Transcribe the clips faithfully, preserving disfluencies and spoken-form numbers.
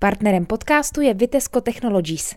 Partnerem podcastu je Vitesco Technologies.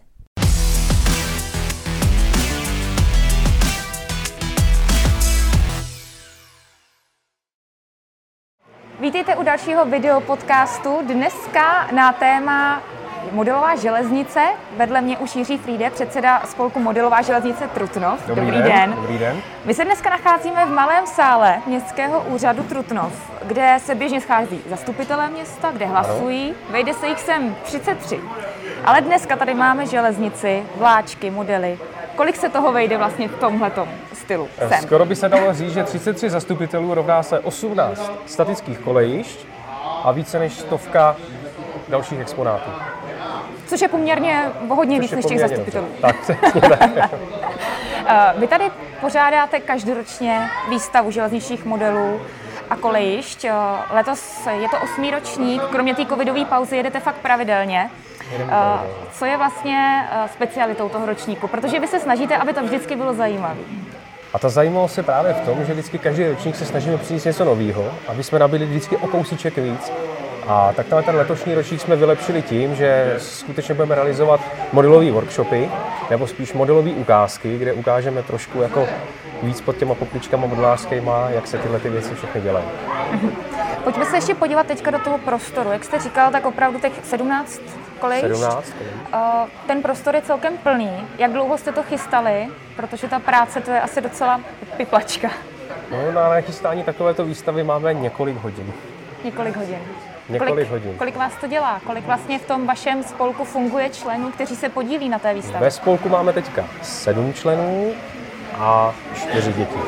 Vítejte u dalšího videopodcastu. Dneska na téma modelová železnice. Vedle mě už Jiří Frýdek, předseda spolku Modelová železnice Trutnov. Dobrý, Dobrý den, den. Dobrý den. My se dneska nacházíme v malém sále Městského úřadu Trutnov, kde se běžně schází zastupitelé města, kde hlasují. Ano. Vejde se jich sem třicet tři. Ale dneska tady máme železnici, vláčky, modely. Kolik se toho vejde vlastně v tomhletom stylu sem? Skoro by se dalo říct, že třicet tři zastupitelů rovná se osmnáct statických kolejišť a více než stovka dalších exponátů. Což je poměrně hodně víc než těch zastupitelů. Tak, přesně tak. Vy tady pořádáte každoročně výstavu železničních modelů a kolejišť. Letos je to osmý ročník, kromě té covidové pauzy jedete fakt pravidelně. Co je vlastně specialitou toho ročníku? Protože vy se snažíte, aby to vždycky bylo zajímavé. A ta zajímavost je právě v tom, že vždycky každý ročník se snažíme přinést něco nového, aby jsme nabili vždycky o kousíček víc. A tak ten letošní ročník jsme vylepšili tím, že skutečně budeme realizovat modelové workshopy, nebo spíš modelové ukázky, kde ukážeme trošku jako víc pod těma pokličkama modelářskýma, jak se tyhle ty věci všechny dělají. Pojďme se ještě podívat teďka do toho prostoru. Jak jste říkal, tak opravdu těch sedmnáct kolejišť. sedmnáct Ten prostor je celkem plný. Jak dlouho jste to chystali? Protože ta práce to je asi docela piplačka. No, na nachystání takovéto výstavy máme několik hodin. Několik hodin. Několik kolik, hodin. Kolik vás to dělá? Kolik vlastně v tom vašem spolku funguje členů, kteří se podílí na té výstavě? Ve spolku máme teďka sedm členů a čtyři děti.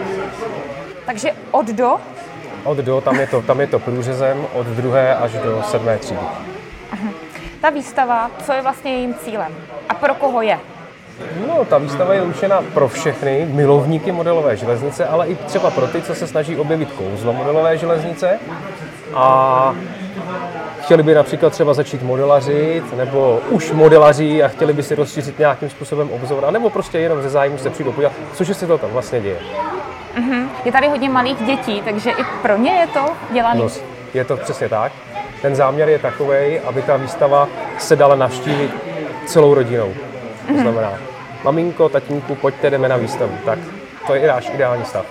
Takže od do? Od do, tam je to, tam je to průřezem, od druhé až do sedmé třídy. Aha. Ta výstava, co je vlastně jejím cílem? A pro koho je? No, ta výstava je určena pro všechny milovníky modelové železnice, ale i třeba pro ty, co se snaží objevit kouzlo modelové železnice a chtěli by například třeba začít modelařit, nebo už modelaří a chtěli by si rozšířit nějakým způsobem obzor, nebo prostě jenom ze zájmu se přijdou podívat, což se to tam vlastně děje. Uh-huh. Je tady hodně malých dětí, takže i pro ně je to dělané. No, je to přesně tak. Ten záměr je takovej, aby ta výstava se dala navštívit celou rodinou. Uh-huh. To znamená, maminko, tatínku, pojďte, jdeme na výstavu. Tak to je i náš ideální stav.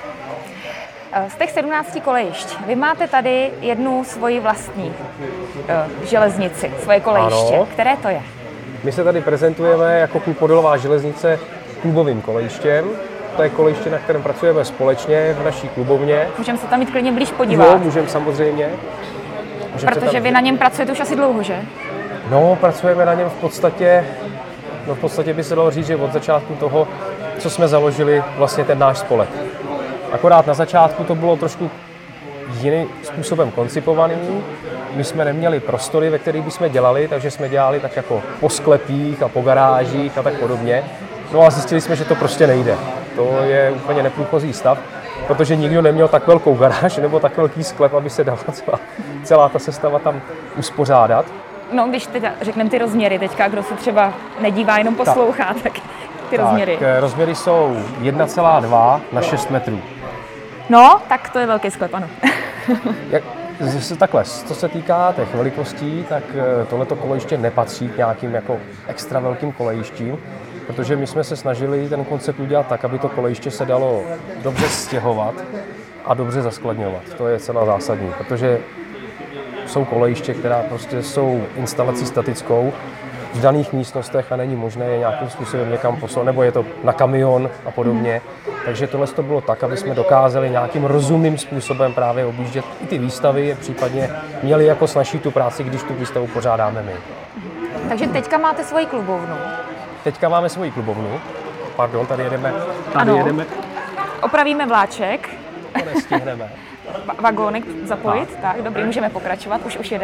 Z těch sedmnácti kolejišť, vy máte tady jednu svoji vlastní uh, železnici, svoje kolejiště. Ano. Které to je? My se tady prezentujeme jako klub Modelová železnice klubovým kolejištěm. To je kolejiště, na kterém pracujeme společně v naší klubovně. Můžeme se tam jít klidně blíž podívat. Jo, můžeme samozřejmě. Můžeme Protože tam... vy na něm pracujete už asi dlouho, že? No, pracujeme na něm v podstatě, no v podstatě by se dalo říct, že od začátku toho, co jsme založili vlastně ten náš spolek. Akorát na začátku to bylo trošku jiným způsobem koncipovaný. My jsme neměli prostory, ve kterých bychom dělali, takže jsme dělali tak jako po sklepích a po garážích a tak podobně. No a zjistili jsme, že to prostě nejde. To je úplně neprůchozí stav, protože nikdo neměl tak velkou garáž nebo tak velký sklep, aby se dala celá, celá ta sestava tam uspořádat. No, když teda řekneme ty rozměry teďka, kdo se třeba nedívá, jenom poslouchá, tak, tak ty tak, rozměry. rozměry jsou jedna celá dva na šest metrů. No, tak to je velký sklep, ano. Jak, takhle, co se týká těch velikostí, tak tohleto kolejiště nepatří k nějakým jako extra velkým kolejištím, protože my jsme se snažili ten koncept udělat tak, aby to kolejiště se dalo dobře stěhovat a dobře zaskladňovat. To je celá zásadní, protože jsou kolejiště, která prostě jsou instalací statickou v daných místnostech a není možné je nějakým způsobem někam posunout, nebo je to na kamion a podobně. Takže tohle to bylo tak, aby jsme dokázali nějakým rozumným způsobem právě objíždět i ty výstavy, případně měli jako snažší tu práci, když tu výstavu pořádáme my. Takže teďka máte svoji klubovnu. Teďka máme svoji klubovnu. Pardon, tady jedeme. Tady ano. jedeme. Opravíme vláček. To nestihneme. Vagónek zapojit, tak. tak, dobrý, můžeme pokračovat, už už jede.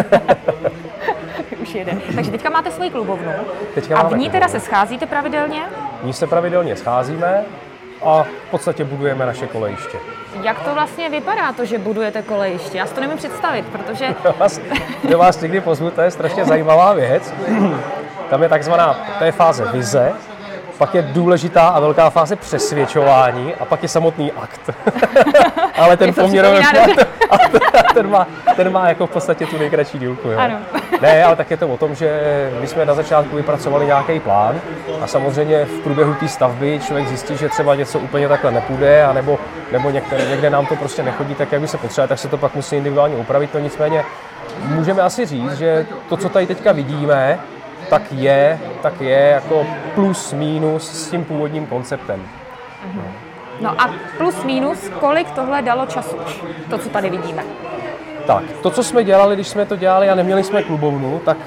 už jede. Takže teďka máte svoji klubovnu. Teďka a v ní klubovnu. teda se scházíte pravidelně? V ní se pravidelně scházíme a v podstatě budujeme naše kolejiště. Jak to vlastně vypadá, to, že budujete kolejiště? Já si to nemůžu představit, protože... Kdo vás někdy pozvu, to je strašně zajímavá věc. Tam je takzvaná, to je fáze vize, pak je důležitá a velká fáze přesvědčování a pak je samotný akt. Ale ten poměrový A ten má, ten má jako v podstatě tu nejkratší dílku. Jo. Ano. Ne, ale tak je to o tom, že my jsme na začátku vypracovali nějaký plán a samozřejmě v průběhu té stavby člověk zjistí, že třeba něco úplně takhle nepůjde, anebo, nebo některé, někde nám to prostě nechodí tak, jak by se potřebovalo, tak se to pak musí individuálně upravit. To nicméně můžeme asi říct, že to, co tady teďka vidíme, tak je, tak je jako plus minus s tím původním konceptem. Mhm. No a plus minus, kolik tohle dalo času, to, co tady vidíme? Tak, to, co jsme dělali, když jsme to dělali a neměli jsme klubovnu, tak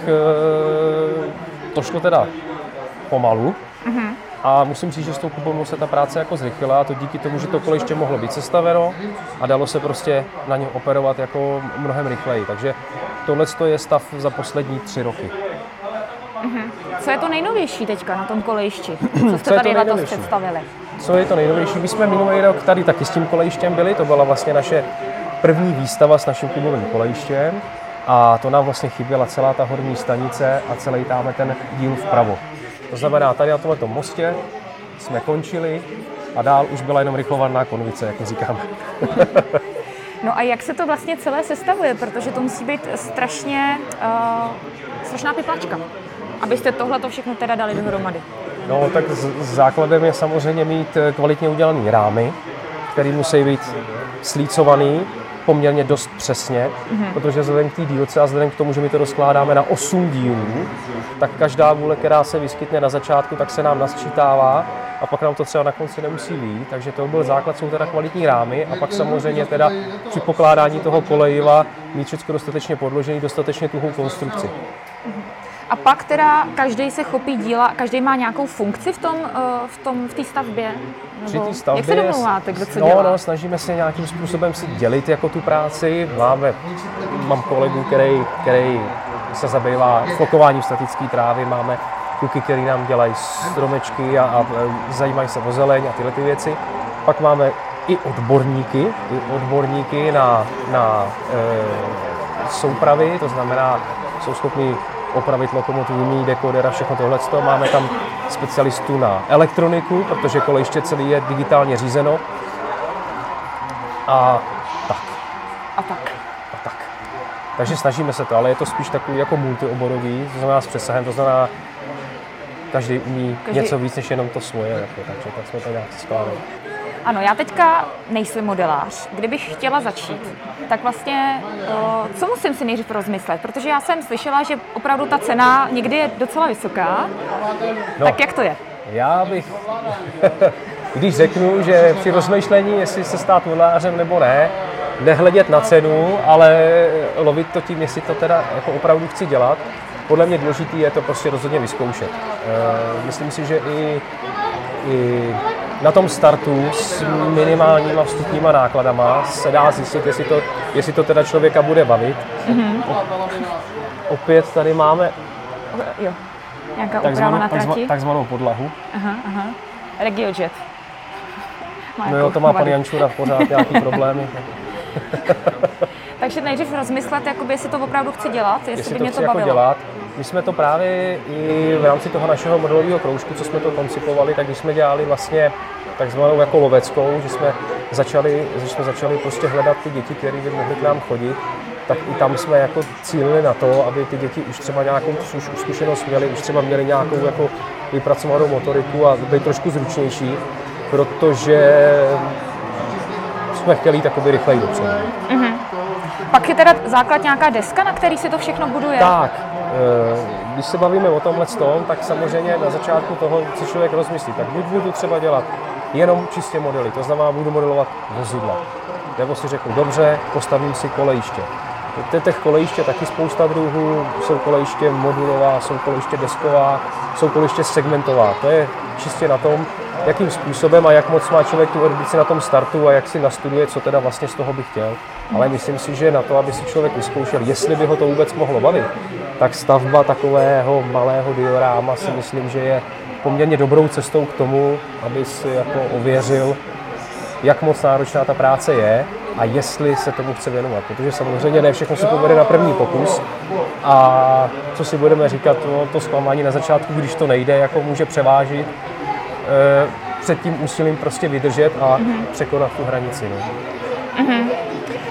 e, to šlo teda pomalu. Mm-hmm. A musím říct, že s tou klubovnou se ta práce jako zrychlila a to díky tomu, že to kolejiště mohlo být sestaveno a dalo se prostě na něm operovat jako mnohem rychleji. Takže tohle je stav za poslední tři roky. Mm-hmm. Co je to nejnovější teďka na tom kolejišti? Co jste Co tady letos představili? Co je to nejnovější? My jsme minulý rok tady taky s tím kolejištěm byli, to byla vlastně naše první výstava s naším klubovým kolejištěm a to nám vlastně chyběla celá ta horní stanice a celý táme ten díl vpravo. To znamená, tady na tomto mostě jsme končili a dál už byla jenom rychlovaná konvice, jak říkáme. No a jak se to vlastně celé sestavuje, protože to musí být strašně uh, strašná piplačka, abyste tohleto všechno teda dali dohromady. No tak z- základem je samozřejmě mít kvalitně udělaný rámy, které musí být slícovaný poměrně dost přesně, mm-hmm. protože vzhledem k té dílce a vzhledem k tomu, že my to rozkládáme na osm dílů, tak každá vůle, která se vyskytne na začátku, tak se nám nasčítává a pak nám to třeba na konci nemusí vyjít, takže to byl základ, jsou teda kvalitní rámy a pak samozřejmě teda při pokládání toho kolejiva mít všechno dostatečně podložený, dostatečně tuhou konstrukci. Mm-hmm. A pak teda každý se chopí díla, každý má nějakou funkci v tom, v tom, v té stavbě? Při té stavbě, jak se domluváte, kdo co no, dělá? No, snažíme se nějakým způsobem si dělit jako tu práci. Máme, mám kolegu, který, který se zabývá flokováním statické trávy, máme kluky, který nám dělají stromečky a, a zajímají se o zeleň a tyhle ty věci. Pak máme i odborníky, i odborníky na, na e, soupravy, to znamená, jsou schopní opravit lokomotivu, mít dekoder a všechno tohle. Máme tam specialistů na elektroniku, protože kolejiště celé je digitálně řízeno. A tak. A tak. A tak. Takže snažíme se to, ale je to spíš takový jako multioborový, to znamená s přesahem, to znamená, každý umí každý... něco víc než jenom to svoje, jako, takže tak jsme to nějak skládali. Ano, já teďka nejsem modelář. Kdybych chtěla začít, tak vlastně co musím si nejdřív rozmyslet? Protože já jsem slyšela, že opravdu ta cena někdy je docela vysoká. No, tak jak to je? Já bych, když řeknu, že při rozmýšlení, jestli se stát modelářem nebo ne, nehledět na cenu, ale lovit to tím, jestli to teda jako opravdu chci dělat. Podle mě důležité je to prostě rozhodně vyzkoušet. Myslím si, že i, i na tom startu s minimálníma vstupníma nákladama se dá zjistit, jestli to, jestli to teda člověka bude bavit. Mm-hmm. Opět tady máme jo. Nějaká úprava na trati. Takzvanou podlahu. Aha, aha. RegioJet. No jo, to má pan Jančura pořád nějaký problémy. Takže nejdřív rozmyslet, jakoby, jestli to opravdu chci dělat, jestli, jestli by to mě to jako bavilo. Dělat. My jsme to právě i v rámci toho našeho modelového kroužku, co jsme to koncipovali, tak když jsme dělali vlastně takzvanou jako loveckou, že jsme začali, že jsme začali prostě hledat ty děti, které by mohly k nám chodit, tak i tam jsme jako cílili na to, aby ty děti už třeba nějakou zkušenost měly, už třeba měly nějakou jako vypracovanou motoriku a být trošku zručnější, protože jsme chtěli jít takový rychleji dopředu. Mm-hmm. Pak je teda základ nějaká deska, na který si to všechno buduje? Tak, když se bavíme o tomhle tom, tak samozřejmě na začátku toho, co člověk rozmyslí, tak buď budu třeba dělat jenom čistě modely, to znamená, budu modelovat vozidla. Nebo si řeknu, dobře, postavím si kolejiště. Těch kolejiště taky spousta druhů, jsou kolejiště modulová, jsou kolejiště desková, jsou kolejiště segmentová. To je čistě na tom, jakým způsobem a jak moc má člověk tu erudici na tom startu a jak si nastuduje, co teda vlastně z toho by chtěl. Ale myslím si, že na to, aby si člověk vyzkoušel, jestli by ho to vůbec mohlo bavit, tak stavba takového malého dioráma si myslím, že je poměrně dobrou cestou k tomu, aby si jako ověřil, jak moc náročná ta práce je a jestli se tomu chce věnovat. Protože samozřejmě ne všechno se povede na první pokus a co si budeme říkat, no, to zklamání na začátku, když to nejde, jako může převážit e, před tím úsilím prostě vydržet a mm-hmm. překonat tu hranici. No. Mm-hmm.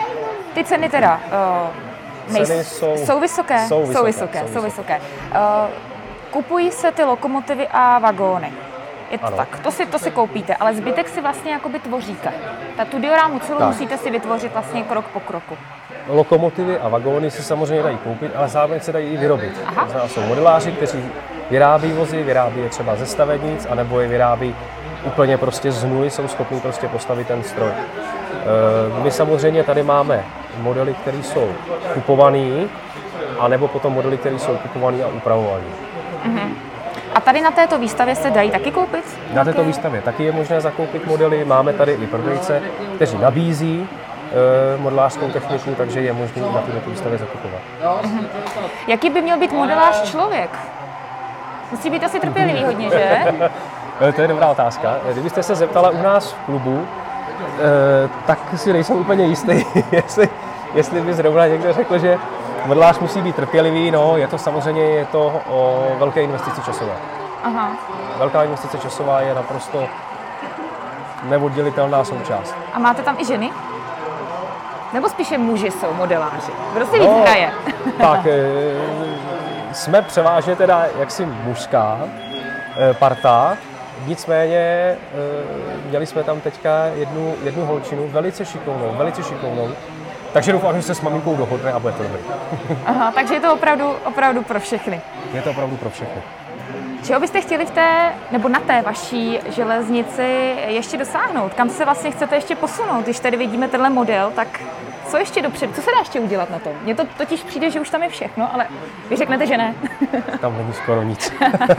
Ty ceny teda uh, nejs- ceny jsou, jsou vysoké? Jsou vysoké. Jsou vysoké, jsou vysoké. Uh, kupují se ty lokomotivy a vagóny. Je to ano. tak, to si, to si koupíte, ale zbytek si vlastně jakoby tvoříte. Ta tu diorámu celou tak. musíte si vytvořit vlastně krok po kroku. Lokomotivy a vagóny se samozřejmě dají koupit, ale zároveň se dají i vyrobit. Znamená, jsou modeláři, kteří vyrábí vozy, vyrábí je třeba ze stavebnic, anebo je vyrábí úplně prostě z nuly, jsou schopni prostě postavit ten stroj. My samozřejmě tady máme modely, které jsou kupované, anebo potom modely, které jsou kupované a upravované. Mm-hmm. A tady na této výstavě se dají taky koupit? Na této výstavě taky je možné zakoupit modely. Máme tady i prodejce, kteří nabízí e, modelářskou techniku, takže je možné na této výstavě zakupovat. Mm-hmm. Jaký by měl být modelář člověk? Musí být asi trpělivý hodně, že? To je dobrá otázka. Kdybyste se zeptala u nás v klubu, e, tak si nejsem úplně jistý, jestli, jestli by zrovna někdo řekl, že modelář musí být trpělivý. No, je to samozřejmě je to o velké investici časové. Aha. Velká investice časová je naprosto neoddělitelná součást. A máte tam i ženy? Nebo spíše muži jsou modeláři? Kdo si no, víc hraje? Tak, jsme převážně teda jaksi mužská parta, nicméně měli jsme tam teďka jednu, jednu holčinu, velice šikovnou, velice šikovnou, takže doufám, že se s maminkou dohodne a bude to dobrý. Aha, takže je to opravdu, opravdu pro všechny. Je to opravdu pro všechny. Čeho byste chtěli v té, nebo na té vaší železnici ještě dosáhnout? Kam se vlastně chcete ještě posunout? Když tady vidíme tenhle model, tak co ještě dopředu? Co se dá ještě udělat na tom? Mně to totiž přijde, že už tam je všechno, ale vy řeknete, že ne. Tam není skoro nic.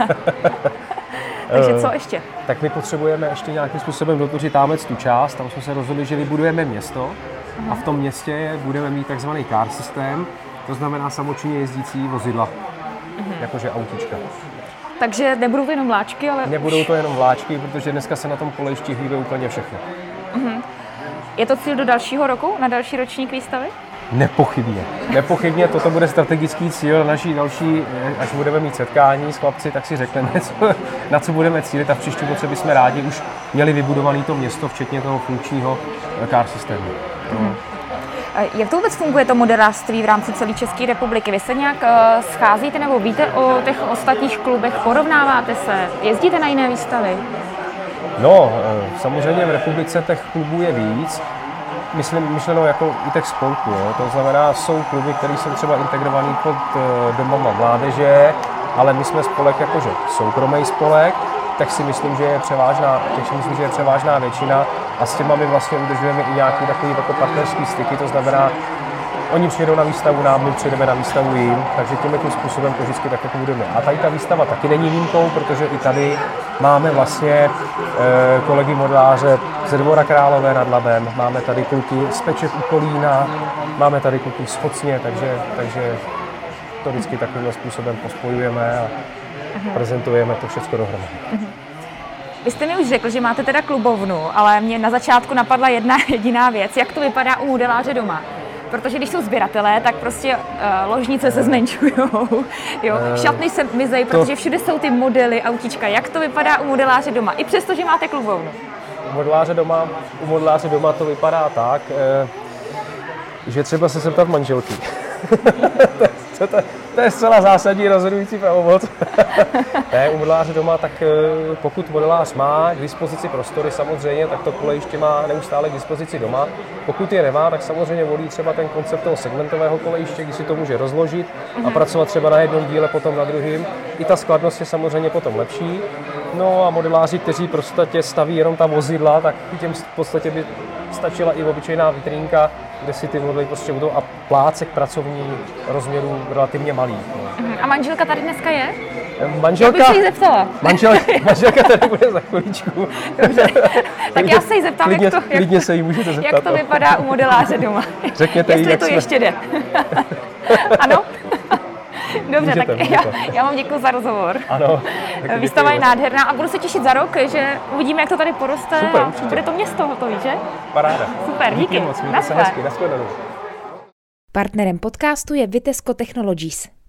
Takže co ještě? Tak my potřebujeme ještě nějakým způsobem dotvořit támec tu část. Tam jsme se rozhodli, že vybudujeme město. Aha. A v tom městě budeme mít takzvaný car systém, to znamená samočinně jezdící vozidla, mhm. jakože autíčka. Takže nebudou to jenom vláčky, ale Nebudou už... to jenom vláčky, protože dneska se na tom kolejišti hýbe úplně všechno. Mhm. Je to cíl do dalšího roku, na další ročník výstavy? Nepochybně. Nepochybně toto bude strategický cíl naší další, až budeme mít setkání s chlapci, tak si řekneme, co, na co budeme cílit a v příštím roce bychom rádi už měli vybudované to město, včetně toho funkčního car systému. Mhm. Jak to vůbec funguje to modelářství v rámci celé České republiky? Vy se nějak uh, scházíte nebo víte o těch ostatních klubech, porovnáváte se, jezdíte na jiné výstavy? No, samozřejmě v republice těch klubů je víc. Myslím, myšleno jako i těch spolků, jo. To znamená, jsou kluby, které jsou třeba integrované pod domama mládeže, ale my jsme spolek jakože soukromý spolek, tak si myslím, že je převážná, těch si myslím, že je převážná většina a s těma my vlastně udržujeme i nějaký takový jako partnerský styky, to znamená, oni přijedou na výstavu nám, my přijedeme na výstavu jim, takže tímhle tím způsobem to vždycky tak jako budeme. A tady ta výstava taky není výjimkou, protože i tady máme vlastně e, kolegy modeláře ze Dvora Králové nad Labem, máme tady kluky z Peček u Kolína, máme tady kluky z Chocně, takže, takže to vždycky takovým způsobem pospojujeme a Aha. prezentujeme to všechno dohromady. Mhm. Vy jste mi už řekl, že máte teda klubovnu, ale mě na začátku napadla jedna jediná věc, jak to vypadá u modeláře doma. Protože když jsou sběratelé, tak prostě uh, ložnice se zmenšujou, jo, šatny se mizejí, to... protože všude jsou ty modely, autíčka. Jak to vypadá u modeláře doma, i přesto, že máte klubovnu? U modeláře doma, u modeláře doma to vypadá tak, eh, že třeba se zeptat manželky. to, to, to je zcela zásadní rozhodující pravomoc. Ne, u modeláře doma, tak pokud modelář má k dispozici prostory samozřejmě, tak to kolejiště má neustále k dispozici doma. Pokud je nemá, tak samozřejmě volí třeba ten koncept toho segmentového kolejiště, kdy si to může rozložit a pracovat třeba na jednom díle, potom na druhém. I ta skladnost je samozřejmě potom lepší. No a modeláři, kteří prostě staví jenom ta vozidla, tak těm v podstatě by stačila i obyčejná vitrínka, kde si ty modely prostě budou a plácek pracovní rozměrů relativně malý. No. A manželka tady dneska je? Manželka, já bych se jí zeptala. Manželka, manželka tady bude za chviličku. Dobře, tak já se jí zeptám, klidně, jak to, jak, klidně se jí můžete zeptat, jak to vypadá u modeláře doma. Řekněte Jestli jí, jak to jsme... ještě jde. Ano? Dobře, můžete, tak můžete. Já, já vám děkuji za rozhovor. Ano. Výstava je nádherná a budu se těšit za rok, že uvidíme, jak to tady poroste. Super, a určitě. bude to město hotový, že? Paráda. Super, díky. Díky moc, mějte se hezky, nashledanou. Partnerem podcastu je Vitesco Technologies.